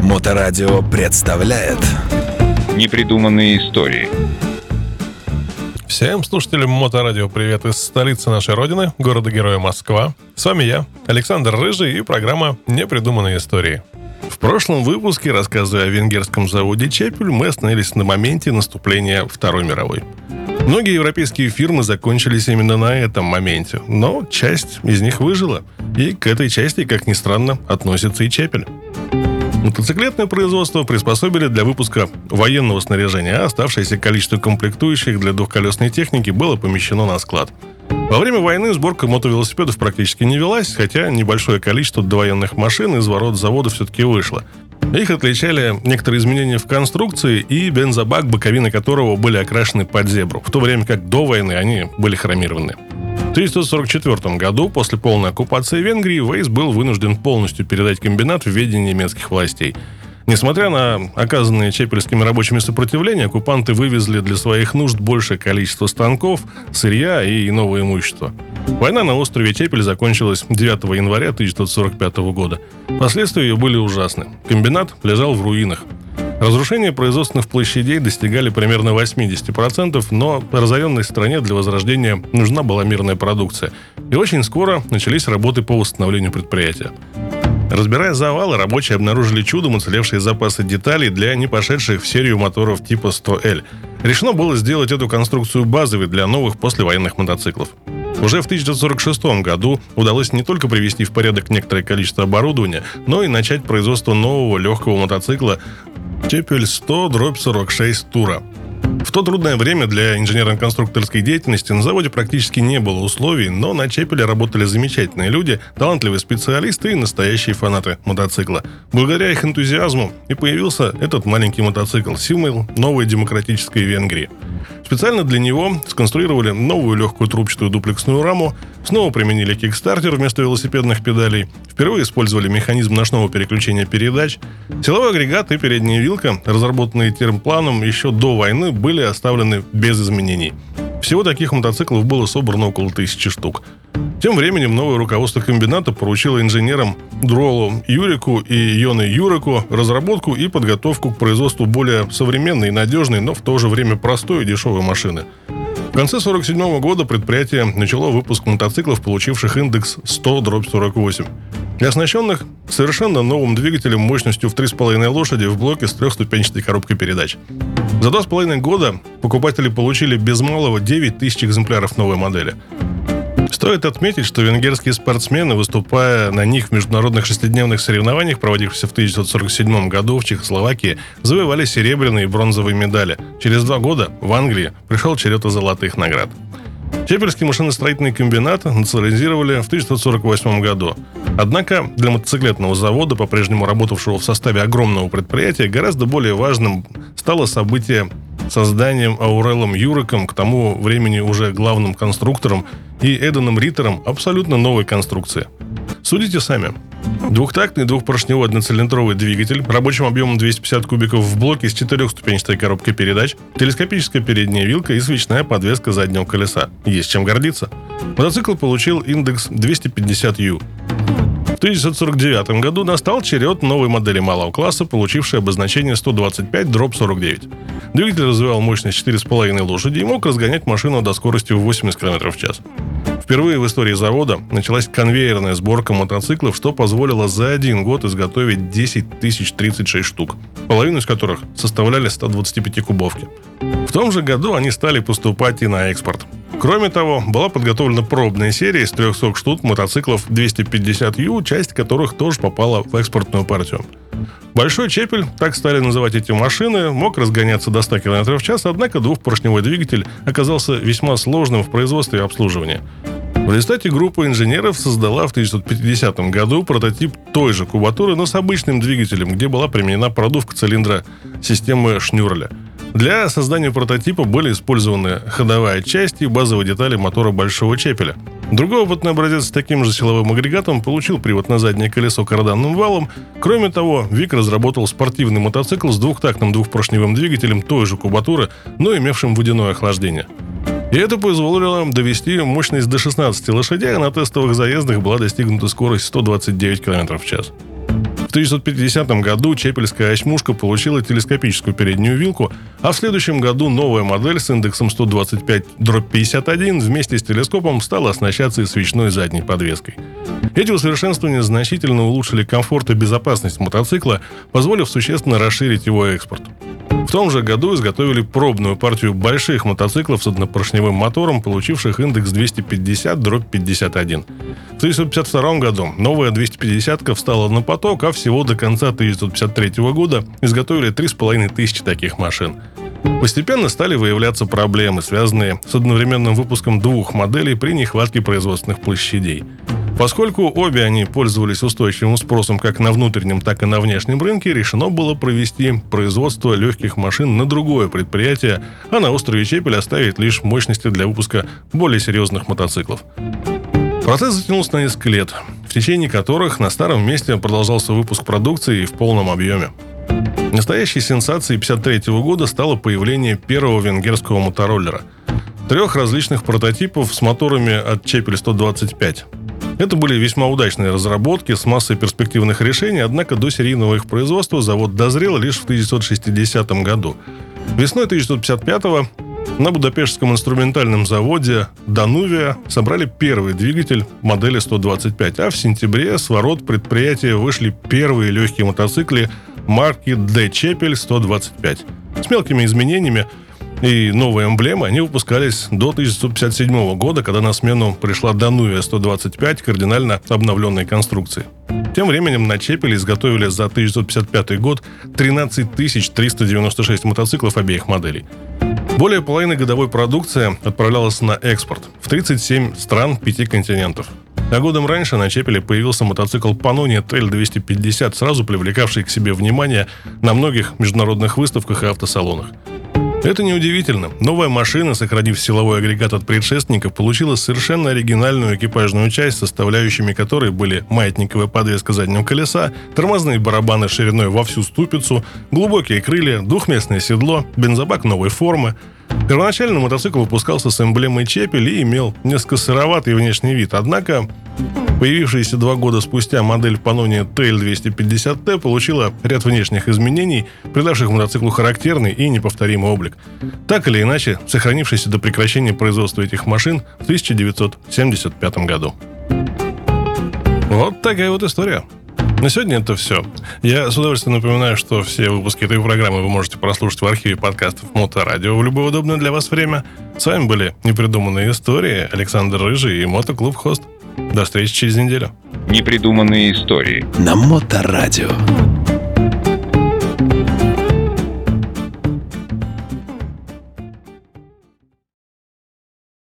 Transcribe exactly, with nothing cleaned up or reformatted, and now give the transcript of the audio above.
Моторадио представляет Непридуманные истории. Всем слушателям Моторадио привет из столицы нашей родины, города-героя Москва. С вами я, Александр Рыжий, и программа «Непридуманные истории». В прошлом выпуске, рассказывая о венгерском заводе «Чепель», мы остановились на моменте наступления Второй мировой. Многие европейские фирмы закончились именно на этом моменте, но часть из них выжила. И к этой части, как ни странно, относится и «Чепель». Мотоциклетное производство приспособили для выпуска военного снаряжения, а оставшееся количество комплектующих для двухколесной техники было помещено на склад. Во время войны сборка мотовелосипедов практически не велась, хотя небольшое количество довоенных машин из ворот завода все-таки вышло. Их отличали некоторые изменения в конструкции и бензобак, боковины которого были окрашены под зебру, в то время как до войны они были хромированы. В тысяча девятьсот сорок четвёртом году, после полной оккупации Венгрии, Вейс был вынужден полностью передать комбинат в ведение немецких властей. Несмотря на оказанные чепельскими рабочими сопротивление, оккупанты вывезли для своих нужд большее количество станков, сырья и иного имущества. Война на острове Чепель закончилась девятого января тысяча девятьсот сорок пятого года. Последствия ее были ужасны. Комбинат лежал в руинах. Разрушения производственных площадей достигали примерно восемьдесят процентов, но разоренной стране для возрождения нужна была мирная продукция. И очень скоро начались работы по восстановлению предприятия. Разбирая завалы, рабочие обнаружили чудом уцелевшие запасы деталей для не пошедших в серию моторов типа сто эль. Решено было сделать эту конструкцию базовой для новых послевоенных мотоциклов. Уже в тысяча девятьсот сорок шестом году удалось не только привести в порядок некоторое количество оборудования, но и начать производство нового легкого мотоцикла Чепель сто сорок шесть Тура. В то трудное время для инженерно-конструкторской деятельности на заводе практически не было условий, но на Чепеле работали замечательные люди, талантливые специалисты и настоящие фанаты мотоцикла. Благодаря их энтузиазму и появился этот маленький мотоцикл, символ новой демократической Венгрии. Специально для него сконструировали новую легкую трубчатую дуплексную раму, снова применили кикстартер вместо велосипедных педалей, впервые использовали механизм ночного переключения передач. Силовой агрегат и передняя вилка, разработанные термпланом еще до войны, были оставлены без изменений. Всего таких мотоциклов было собрано около тысячи штук. Тем временем новое руководство комбината поручило инженерам Дролу Юрику и Йоне Юрику разработку и подготовку к производству более современной и надежной, но в то же время простой и дешевой машины. В конце сорок седьмого года предприятие начало выпуск мотоциклов, получивших индекс сто сорок восемь. И оснащенных совершенно новым двигателем мощностью в три с половиной лошади в блоке с трехступенчатой коробкой передач. За два с половиной года покупатели получили без малого девять тысяч экземпляров новой модели. Стоит отметить, что венгерские спортсмены, выступая на них в международных шестидневных соревнованиях, проводившихся в тысяча девятьсот сорок седьмом году в Чехословакии, завоевали серебряные и бронзовые медали. Через два года в Англии пришел черед золотых наград. Чепельский машиностроительный комбинат национализировали в тысяча девятьсот сорок восьмом году. Однако для мотоциклетного завода, по-прежнему работавшего в составе огромного предприятия, гораздо более важным стало событие созданием Аурелом Юриком, к тому времени уже главным конструктором, и Эданом Риттером абсолютно новой конструкции. Судите сами. Двухтактный двухпоршневой одноцилиндровый двигатель рабочим объемом двести пятьдесят кубиков в блоке с четырехступенчатой коробкой передач, телескопическая передняя вилка и свечная подвеска заднего колеса. Есть чем гордиться. Мотоцикл получил индекс двести пятьдесят ю. В тысяча девятьсот сорок девятом году настал черед новой модели малого класса, получившей обозначение сто двадцать пять сорок девять. Двигатель развивал мощность четыре с половиной лошади и мог разгонять машину до скорости в восемьдесят километров в час. Впервые в истории завода началась конвейерная сборка мотоциклов, что позволило за один год изготовить десять тысяч тридцать шесть штук, половину из которых составляли сто двадцать пять кубовки. В том же году они стали поступать и на экспорт. Кроме того, была подготовлена пробная серия из трехсот штук мотоциклов двести пятьдесят ю, часть которых тоже попала в экспортную партию. Большой Чепель, так стали называть эти машины, мог разгоняться до ста километров в час, однако двухпоршневой двигатель оказался весьма сложным в производстве и обслуживании. В результате группа инженеров создала в тысяча девятьсот пятидесятом году прототип той же кубатуры, но с обычным двигателем, где была применена продувка цилиндра системы Шнюрля. Для создания прототипа были использованы ходовая часть и базовые детали мотора Большого Чепеля. Другой опытный образец с таким же силовым агрегатом получил привод на заднее колесо карданным валом. Кроме того, Вик разработал спортивный мотоцикл с двухтактным двухпоршневым двигателем той же кубатуры, но имевшим водяное охлаждение. И это позволило довести мощность до шестнадцати лошадей, а на тестовых заездах была достигнута скорость сто двадцать девять километров в час. В тысяча девятьсот пятидесятом году чепельская осьмушка получила телескопическую переднюю вилку, а в следующем году новая модель с индексом сто двадцать пять дробь пятьдесят один вместе с телескопом стала оснащаться и свечной задней подвеской. Эти усовершенствования значительно улучшили комфорт и безопасность мотоцикла, позволив существенно расширить его экспорт. В том же году изготовили пробную партию больших мотоциклов с однопоршневым мотором, получивших индекс двести пятьдесят дробь пятьдесят один. В тысяча девятьсот пятьдесят втором году новая двести пятидесятка встала на поток, а всего до конца тысяча девятьсот пятьдесят третьего года изготовили три с половиной тысячи таких машин. Постепенно стали выявляться проблемы, связанные с одновременным выпуском двух моделей при нехватке производственных площадей. Поскольку обе они пользовались устойчивым спросом как на внутреннем, так и на внешнем рынке, решено было провести производство легких машин на другое предприятие, а на острове Чепель оставить лишь мощности для выпуска более серьезных мотоциклов. Процесс затянулся на несколько лет, в течение которых на старом месте продолжался выпуск продукции в полном объеме. Настоящей сенсацией тысяча девятьсот пятьдесят третьего года стало появление первого венгерского мотороллера. Трех различных прототипов с моторами от Чепель сто двадцать пять. Это были весьма удачные разработки с массой перспективных решений, однако до серийного их производства завод дозрел лишь в тысяча девятьсот шестидесятом году. Весной тысяча девятьсот пятьдесят пятого на Будапештском инструментальном заводе «Данувия» собрали первый двигатель модели сто двадцать пять, а в сентябре с ворот предприятия вышли первые легкие мотоциклы марки «Д. Чепель сто двадцать пять». С мелкими изменениями и новые эмблемы они выпускались до тысяча девятьсот пятьдесят седьмого года, когда на смену пришла Данувия сто двадцать пять кардинально обновленной конструкции. Тем временем на Чепеле изготовили за тысяча девятьсот пятьдесят пятый год тринадцать тысяч триста девяносто шесть мотоциклов обеих моделей. Более половины годовой продукции отправлялась на экспорт в тридцать семь стран пяти континентов. А годом раньше на Чепеле появился мотоцикл Pannonia T L двести пятьдесят, сразу привлекавший к себе внимание на многих международных выставках и автосалонах. Это неудивительно. Новая машина, сохранив силовой агрегат от предшественников, получила совершенно оригинальную экипажную часть, составляющими которой были маятниковая подвеска заднего колеса, тормозные барабаны шириной во всю ступицу, глубокие крылья, двухместное седло, бензобак новой формы. Первоначально мотоцикл выпускался с эмблемой Чепель и имел несколько сыроватый внешний вид, однако появившаяся два года спустя модель Pannonia T L двести пятьдесят T получила ряд внешних изменений, придавших мотоциклу характерный и неповторимый облик. Так или иначе, сохранившийся до прекращения производства этих машин в тысяча девятьсот семьдесят пятом году. Вот такая вот история. На сегодня это все. Я с удовольствием напоминаю, что все выпуски этой программы вы можете прослушать в архиве подкастов Моторадио в любое удобное для вас время. С вами были «Непридуманные истории», Александр Рыжий и Мотоклуб Хост. До встречи через неделю. Непридуманные истории. На Моторадио.